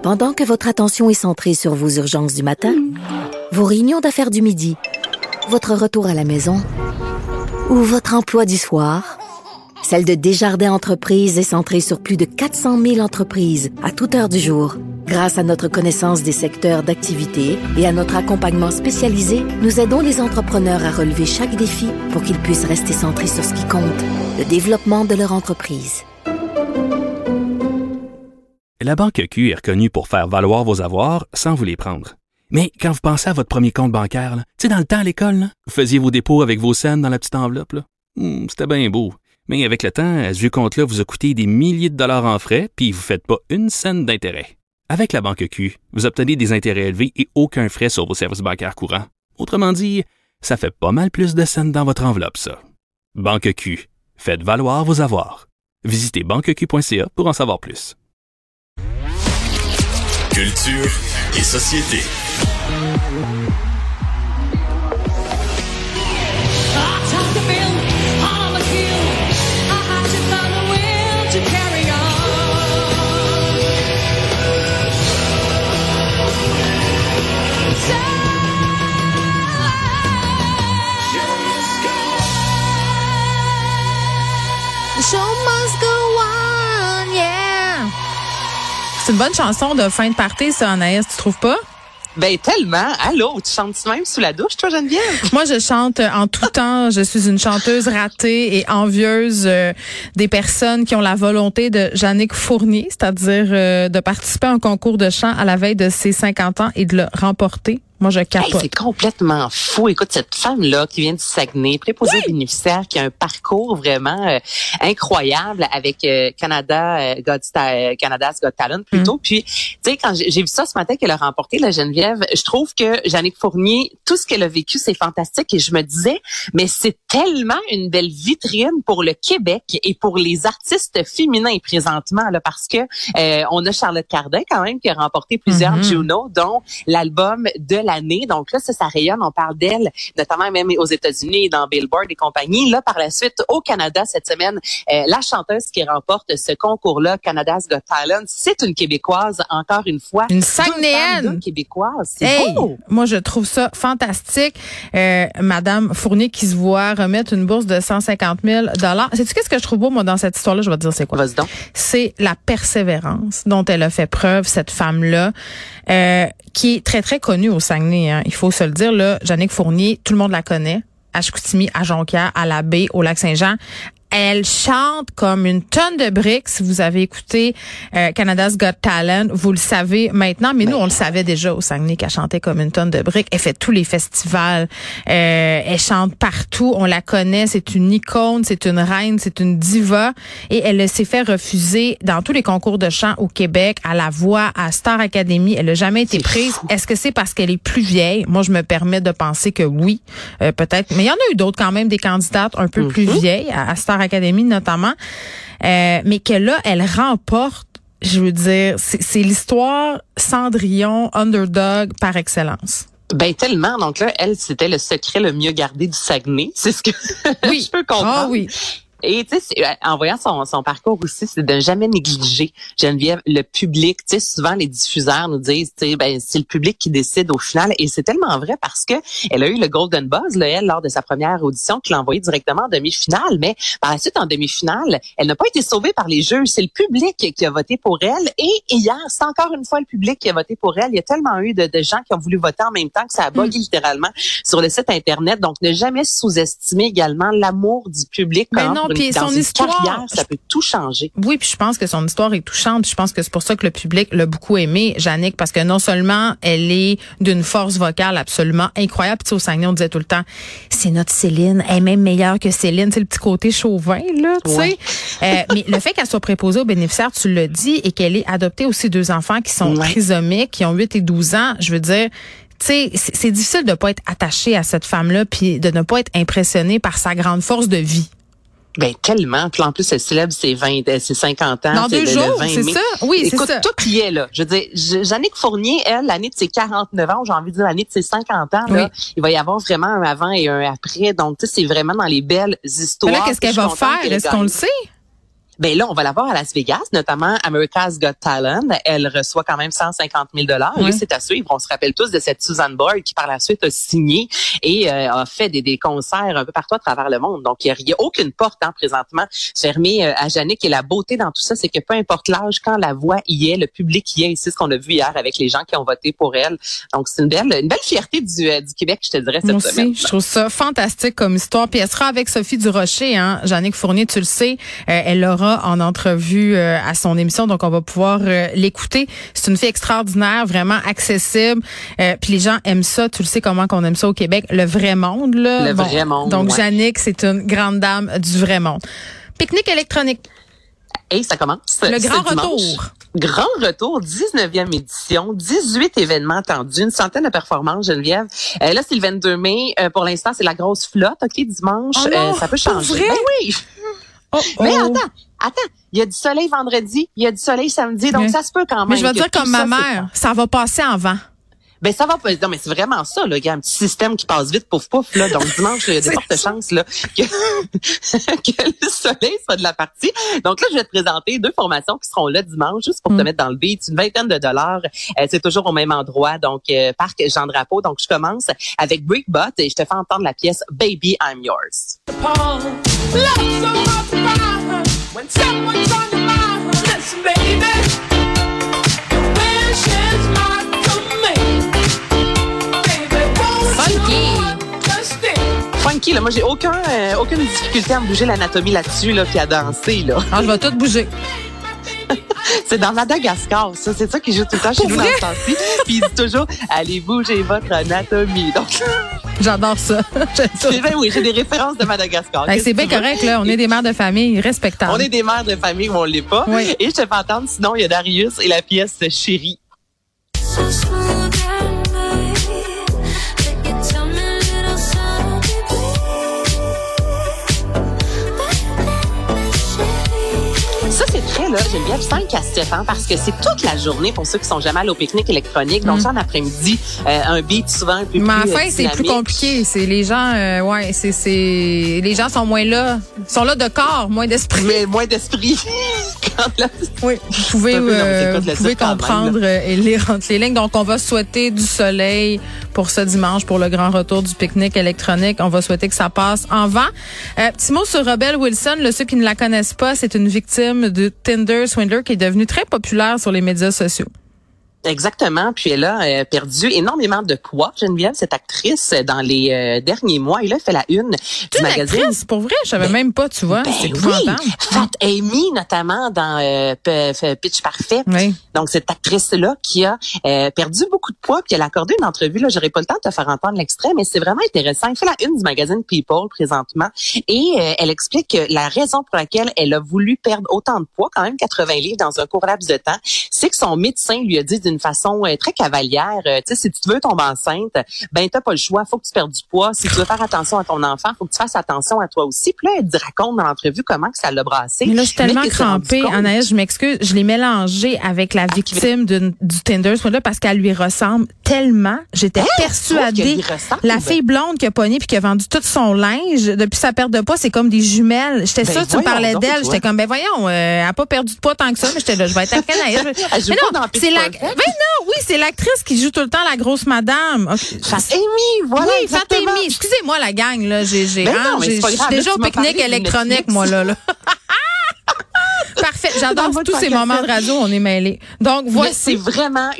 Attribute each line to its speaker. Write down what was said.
Speaker 1: Pendant que votre attention est centrée sur vos urgences du matin, vos réunions d'affaires du midi, votre retour à la maison ou votre emploi du soir, celle de Desjardins Entreprises est centrée sur plus de 400 000 entreprises à toute heure du jour. Grâce à notre connaissance des secteurs d'activité et à notre accompagnement spécialisé, nous aidons les entrepreneurs à relever chaque défi pour qu'ils puissent rester centrés sur ce qui compte, le développement de leur entreprise.
Speaker 2: La Banque Q est reconnue pour faire valoir vos avoirs sans vous les prendre. Mais quand vous pensez à votre premier compte bancaire, tu sais, dans le temps à l'école, là, vous faisiez vos dépôts avec vos scènes dans la petite enveloppe. C'était bien beau. Mais avec le temps, ce vieux compte-là vous a coûté des milliers de dollars en frais, puis vous ne faites pas une scène d'intérêt. Avec la Banque Q, vous obtenez des intérêts élevés et aucun frais sur vos services bancaires courants. Autrement dit, ça fait pas mal plus de scènes dans votre enveloppe, ça. Banque Q, faites valoir vos avoirs. Visitez banqueq.ca pour en savoir plus.
Speaker 3: Culture et société.
Speaker 4: Show must go on, yeah. C'est une bonne chanson de fin de party, ça, Anaïs, tu trouves pas?
Speaker 5: Ben tellement. Allô, tu chantes-tu même sous la douche, toi, Geneviève?
Speaker 4: Moi, je chante en tout temps. Je suis une chanteuse ratée et envieuse des personnes qui ont la volonté de Jannick Fournier, c'est-à-dire de participer à un concours de chant à la veille de ses 50 ans et de le remporter. Moi, je capote.
Speaker 5: Hey, c'est complètement fou. Écoute, cette femme-là qui vient du Saguenay, préposée aux bénéficiaires, qui a un parcours vraiment incroyable avec Canada's Got Talent plutôt. Puis, tu sais, quand j'ai vu ça ce matin qu'elle a remporté, la Geneviève, je trouve que Jannick Fournier, tout ce qu'elle a vécu, c'est fantastique. Et je me disais, mais c'est tellement une belle vitrine pour le Québec et pour les artistes féminins présentement, là, parce que on a Charlotte Cardin quand même qui a remporté plusieurs Juno, dont l'album de l'année. Donc là, ça rayonne. On parle d'elle, notamment même aux États-Unis, dans Billboard et compagnie. Là, par la suite, au Canada, cette semaine, la chanteuse qui remporte ce concours-là, Canada's Got Talent, c'est une Québécoise, encore une fois.
Speaker 4: Une Saguenayenne!
Speaker 5: Deux Québécoise. C'est beau!
Speaker 4: Moi, je trouve ça fantastique. Madame Fournier qui se voit remettre une bourse de 150 000 $. Sais-tu qu'est-ce que je trouve beau, moi, dans cette histoire-là? Je vais te dire c'est quoi.
Speaker 5: Vas-y donc.
Speaker 4: C'est la persévérance dont elle a fait preuve, cette femme-là, qui est très, très connue au Saguenay, hein. Il faut se le dire, là, Jannick Fournier, tout le monde la connaît. À Chicoutimi, à Jonquière, à la Baie, au Lac-Saint-Jean. Elle chante comme une tonne de briques. Si vous avez écouté Canada's Got Talent, vous le savez maintenant. Mais nous, on le savait déjà au Saguenay qu'elle chantait comme une tonne de briques. Elle fait tous les festivals. Elle chante partout. On la connaît. C'est une icône, c'est une reine, c'est une diva. Et elle s'est fait refuser dans tous les concours de chant au Québec, à La Voix, à Star Academy. Elle n'a jamais été prise. Est-ce que c'est parce qu'elle est plus vieille? Moi, je me permets de penser que oui, peut-être. Mais il y en a eu d'autres quand même, des candidates un peu plus vieilles à Star Academy notamment, mais que là, elle remporte, je veux dire, c'est l'histoire Cendrillon, underdog par excellence.
Speaker 5: Ben tellement. Donc là, elle, c'était le secret le mieux gardé du Saguenay. C'est ce que je peux comprendre.
Speaker 4: Ah oui.
Speaker 5: Et tu sais, en voyant son parcours aussi, c'est de ne jamais négliger, Geneviève, le public. Tu sais, souvent les diffuseurs nous disent, tu sais, ben c'est le public qui décide au final. Et c'est tellement vrai parce que elle a eu le Golden Buzz, là, elle, lors de sa première audition, qui l'a envoyée directement en demi-finale. Mais par la suite, en demi-finale, elle n'a pas été sauvée par les juges. C'est le public qui a voté pour elle. Et hier, c'est encore une fois le public qui a voté pour elle. Il y a tellement eu de gens qui ont voulu voter en même temps que ça a bugué littéralement sur le site Internet. Donc, ne jamais sous-estimer également l'amour du public.
Speaker 4: Ben non, puis son histoire,
Speaker 5: carrière, ça peut tout changer.
Speaker 4: Oui, puis je pense que son histoire est touchante. Je pense que c'est pour ça que le public l'a beaucoup aimé, Jannick, parce que non seulement elle est d'une force vocale absolument incroyable. Puis au Saguenay, on disait tout le temps, c'est notre Céline, elle est même meilleure que Céline. C'est le petit côté chauvin, là, tu sais. Mais le fait qu'elle soit préposée aux bénéficiaires, tu l'as dit, et qu'elle ait adopté aussi 2 enfants qui sont trisomiques, qui ont 8 et 12 ans, je veux dire, tu sais, c'est difficile de pas être attaché à cette femme-là puis de ne pas être impressionné par sa grande force de vie.
Speaker 5: Ben tellement. Puis en plus, elle célèbre ses 50 ans.
Speaker 4: Dans 2 jours,
Speaker 5: le 20
Speaker 4: c'est
Speaker 5: mai.
Speaker 4: ça? Oui, c'est ça.
Speaker 5: Écoute, tout y est, là. Je veux dire, Jannick Fournier, elle, l'année de ses 49 ans, j'ai envie de dire l'année de ses 50 ans, là, il va y avoir vraiment un avant et un après. Donc, tu sais, c'est vraiment dans les belles histoires.
Speaker 4: Mais là, qu'est-ce qu'elle va faire? Est-ce qu'on le sait?
Speaker 5: Ben là, on va la voir à Las Vegas, notamment America's Got Talent. Elle reçoit quand même 150 000 $. Lui, c'est à suivre. On se rappelle tous de cette Susan Boyle qui, par la suite, a signé et a fait des concerts un peu partout à travers le monde. Donc, il n'y a aucune porte présentement fermée à Jannick. Et la beauté dans tout ça, c'est que peu importe l'âge, quand la voix y est, le public y est. C'est ce qu'on a vu hier avec les gens qui ont voté pour elle. Donc, c'est une belle fierté du Québec, je te dirais, cette semaine.
Speaker 4: Moi aussi, je trouve ça fantastique comme histoire. Puis elle sera avec Sophie Durocher, Jannick Fournier, tu le sais. Elle aura en entrevue à son émission, donc on va pouvoir l'écouter. C'est une fille extraordinaire, vraiment accessible. Puis les gens aiment ça, tu le sais comment qu'on aime ça au Québec, le vrai monde là.
Speaker 5: Le vrai monde.
Speaker 4: Donc
Speaker 5: ouais.
Speaker 4: Jannick, c'est une grande dame du vrai monde. Pique-nique électronique.
Speaker 5: Et ça commence.
Speaker 4: Le grand retour.
Speaker 5: Grand retour, 19e édition, 18 événements attendus, une centaine de performances, Geneviève. Là, c'est le 22 mai. Pour l'instant, c'est la grosse flotte, OK, dimanche.
Speaker 4: Oh non,
Speaker 5: ça peut changer.
Speaker 4: vrai?
Speaker 5: Ben oui. Mais attends. Il y a du soleil vendredi, il y a du soleil samedi, donc ça se peut quand même.
Speaker 4: Mais je vais dire comme ma mère, ça va passer en vent.
Speaker 5: Ben ça va pas. Non, mais c'est vraiment ça, là. Il y a un petit système qui passe vite, pouf pouf, là. Donc dimanche, il y a des fortes chances là que le soleil soit de la partie. Donc là, je vais te présenter 2 formations qui seront là dimanche, juste pour te mettre dans le beat. Une vingtaine de $. C'est toujours au même endroit, donc Parc Jean Drapeau. Donc je commence avec Brickbot et je te fais entendre la pièce Baby I'm Yours. Funky, là, moi j'ai aucune difficulté à me bouger l'anatomie là-dessus, là, puis à danser, là.
Speaker 4: Ah, je vais tout bouger.
Speaker 5: C'est dans Madagascar, ça. C'est ça qu'il joue tout le temps chez nous dans ce temps-ci. Puis il dit toujours, allez bouger votre anatomie. Donc,
Speaker 4: j'adore ça.
Speaker 5: Ben oui, j'ai des références de Madagascar.
Speaker 4: C'est bien correct, là. On est des mères de famille respectables.
Speaker 5: On est des mères de famille, mais on l'est pas.
Speaker 4: Oui.
Speaker 5: Et je te fais entendre, sinon, il y a Darius et la pièce Chérie. Ça, c'est très, là, j'aime bien 5 à 7 ans parce que c'est toute la journée pour ceux qui sont jamais allés au pique-nique électronique. Donc, ça, en après-midi, un beat souvent un peu plus
Speaker 4: mais à la fin, c'est plus compliqué. C'est les gens, les gens sont moins là. Ils sont là de corps, moins d'esprit.
Speaker 5: Mais moins d'esprit.
Speaker 4: Oui, vous pouvez comprendre et lire entre les lignes. Donc, on va souhaiter du soleil pour ce dimanche, pour le grand retour du pique-nique électronique. On va souhaiter que ça passe en vent. Petit mot sur Rebel Wilson. Ceux qui ne la connaissent pas, c'est une victime de Tinder Swindler qui est devenue très populaire sur les médias sociaux.
Speaker 5: Exactement. Puis elle a perdu énormément de poids, Geneviève, cette actrice, dans les derniers mois. Et là, elle fait la une du magazine.
Speaker 4: Actrice, pour vrai? Je savais même pas, tu vois. C'est épouvantable.
Speaker 5: Oui. Fat Amy, notamment dans Pitch Parfait.
Speaker 4: Oui.
Speaker 5: Donc, cette actrice-là qui a perdu beaucoup de poids, puis elle a accordé une entrevue. Là, j'aurais pas le temps de te faire entendre l'extrait, mais c'est vraiment intéressant. Elle fait la une du magazine People présentement. Et elle explique que la raison pour laquelle elle a voulu perdre autant de poids, quand même 80 livres dans un court laps de temps, c'est que son médecin lui a dit d'une façon très cavalière, tu sais, si tu veux tomber enceinte, ben t'as pas le choix, faut que tu perdes du poids. Si tu veux faire attention à ton enfant, faut que tu fasses attention à toi aussi. Puis là, elle raconte dans l'entrevue comment que ça l'a brassé.
Speaker 4: Mais là, je suis tellement crampée, Anaïs, je m'excuse, je l'ai mélangée avec la victime du Tinder Swindler parce qu'elle lui ressemble tellement. J'étais persuadée. La fille blonde qui a pogné puis qui a vendu tout son linge depuis sa perte de poids, c'est comme des jumelles. J'étais sûre que tu me parlais d'elle. J'étais comme, ben voyons, elle a pas perdu de poids tant que ça, mais j'étais là, je vais être avec Anaïs. Oui, c'est l'actrice qui joue tout le temps la grosse madame. Okay.
Speaker 5: Fat Amy, voilà.
Speaker 4: Oui, Fat Amy. Excusez-moi la gang là, je suis déjà au pique-nique électronique moi là. Parfait, j'adore tous ces moments de radio, on est mêlés. Donc voici.
Speaker 5: C'est vraiment